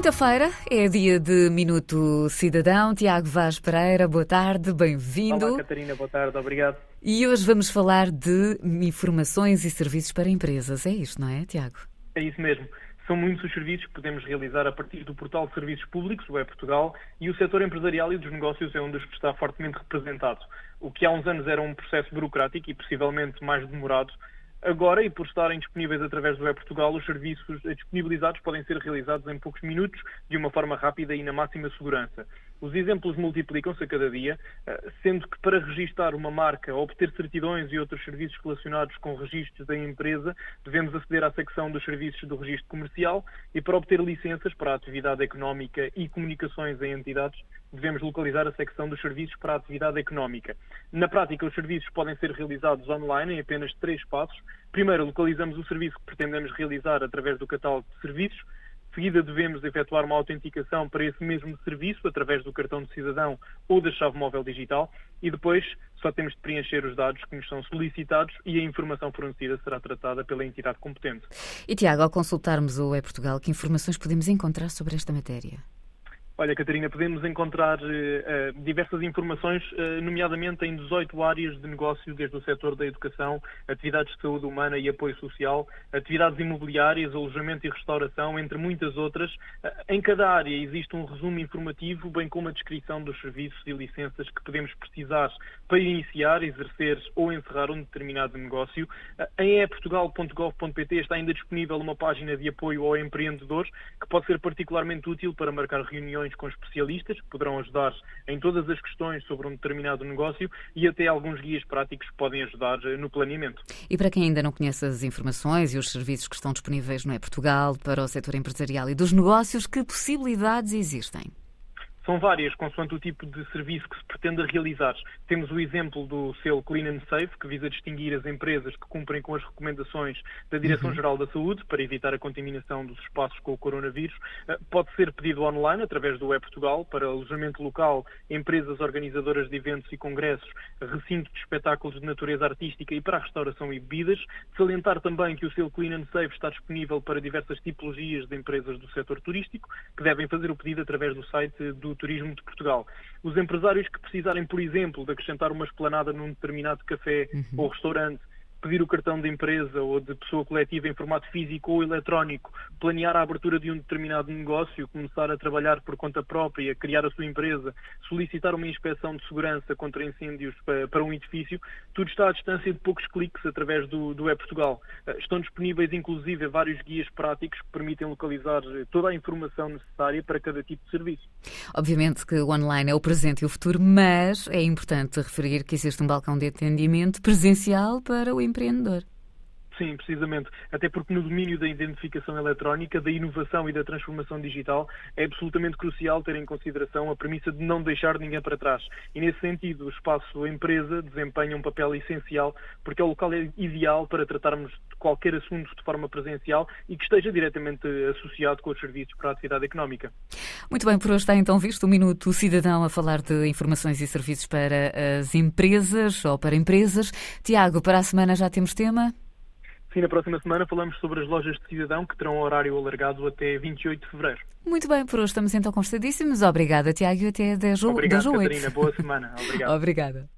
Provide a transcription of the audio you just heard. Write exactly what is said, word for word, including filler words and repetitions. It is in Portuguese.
Quinta-feira é dia de Minuto Cidadão. Tiago Vaz Pereira, boa tarde, bem-vindo. Olá, Catarina, boa tarde, obrigado. E hoje vamos falar de informações e serviços para empresas. É isto, não é, Tiago? É isso mesmo. São muitos os serviços que podemos realizar a partir do portal de serviços públicos, o e-Portugal, e o setor empresarial e dos negócios é onde este está fortemente representado. O que há uns anos era um processo burocrático e possivelmente mais demorado, agora, e por estarem disponíveis através do e-Portugal, os serviços disponibilizados podem ser realizados em poucos minutos, de uma forma rápida e na máxima segurança. Os exemplos multiplicam-se a cada dia, sendo que para registar uma marca, obter certidões e outros serviços relacionados com registros da empresa, devemos aceder à secção dos serviços do registro comercial e para obter licenças para a atividade económica e comunicações em entidades, devemos localizar a secção dos serviços para a atividade económica. Na prática, os serviços podem ser realizados online em apenas três passos. Primeiro, localizamos o serviço que pretendemos realizar através do catálogo de serviços. De seguida, devemos efetuar uma autenticação para esse mesmo serviço através do cartão de cidadão ou da chave móvel digital e depois só temos de preencher os dados que nos são solicitados e a informação fornecida será tratada pela entidade competente. E, Tiago, ao consultarmos o e-Portugal, que informações podemos encontrar sobre esta matéria? Olha, Catarina, podemos encontrar uh, diversas informações, uh, nomeadamente em dezoito áreas de negócio, desde o setor da educação, atividades de saúde humana e apoio social, atividades imobiliárias, alojamento e restauração, entre muitas outras. Uh, em cada área existe um resumo informativo, bem como a descrição dos serviços e licenças que podemos precisar para iniciar, exercer ou encerrar um determinado negócio. Uh, em e portugal ponto gov ponto pt está ainda disponível uma página de apoio ao empreendedor, que pode ser particularmente útil para marcar reuniões com especialistas que poderão ajudar em todas as questões sobre um determinado negócio e até alguns guias práticos que podem ajudar no planeamento. E para quem ainda não conhece as informações e os serviços que estão disponíveis no e-Portugal para o setor empresarial e dos negócios, que possibilidades existem? São várias, consoante o tipo de serviço que se pretende realizar. Temos o exemplo do selo Clean and Safe, que visa distinguir as empresas que cumprem com as recomendações da Direção-Geral da Saúde para evitar a contaminação dos espaços com o coronavírus. Pode ser pedido online através do e-Portugal para alojamento local, empresas organizadoras de eventos e congressos, recinto de espetáculos de natureza artística e para a restauração e bebidas. Salientar também que o selo Clean and Safe está disponível para diversas tipologias de empresas do setor turístico, que devem fazer o pedido através do site do Turismo de Portugal. Os empresários que precisarem, por exemplo, de acrescentar uma esplanada num determinado café uhum. ou restaurante, pedir o cartão de empresa ou de pessoa coletiva em formato físico ou eletrónico, planear a abertura de um determinado negócio, começar a trabalhar por conta própria, criar a sua empresa, solicitar uma inspeção de segurança contra incêndios para um edifício, tudo está à distância de poucos cliques através do, do e-Portugal. Estão disponíveis, inclusive, vários guias práticos que permitem localizar toda a informação necessária para cada tipo de serviço. Obviamente que o online é o presente e o futuro, mas é importante referir que existe um balcão de atendimento presencial para o empreendedor. Sim, precisamente. Até porque no domínio da identificação eletrónica, da inovação e da transformação digital, é absolutamente crucial ter em consideração a premissa de não deixar ninguém para trás. E nesse sentido, o espaço empresa desempenha um papel essencial, porque é o local ideal para tratarmos de qualquer assunto de forma presencial e que esteja diretamente associado com os serviços para a atividade económica. Muito bem, por hoje está então visto o Minuto Cidadão a falar de informações e serviços para as empresas ou para empresas. Tiago, para a semana já temos tema? Sim, na próxima semana falamos sobre as lojas de cidadão que terão horário alargado até vinte e oito de fevereiro. Muito bem, por hoje estamos então conversadíssimos. Obrigada, Tiago, e até dez de julho. Obrigado, Catarina. Boa semana. Obrigado. Obrigada.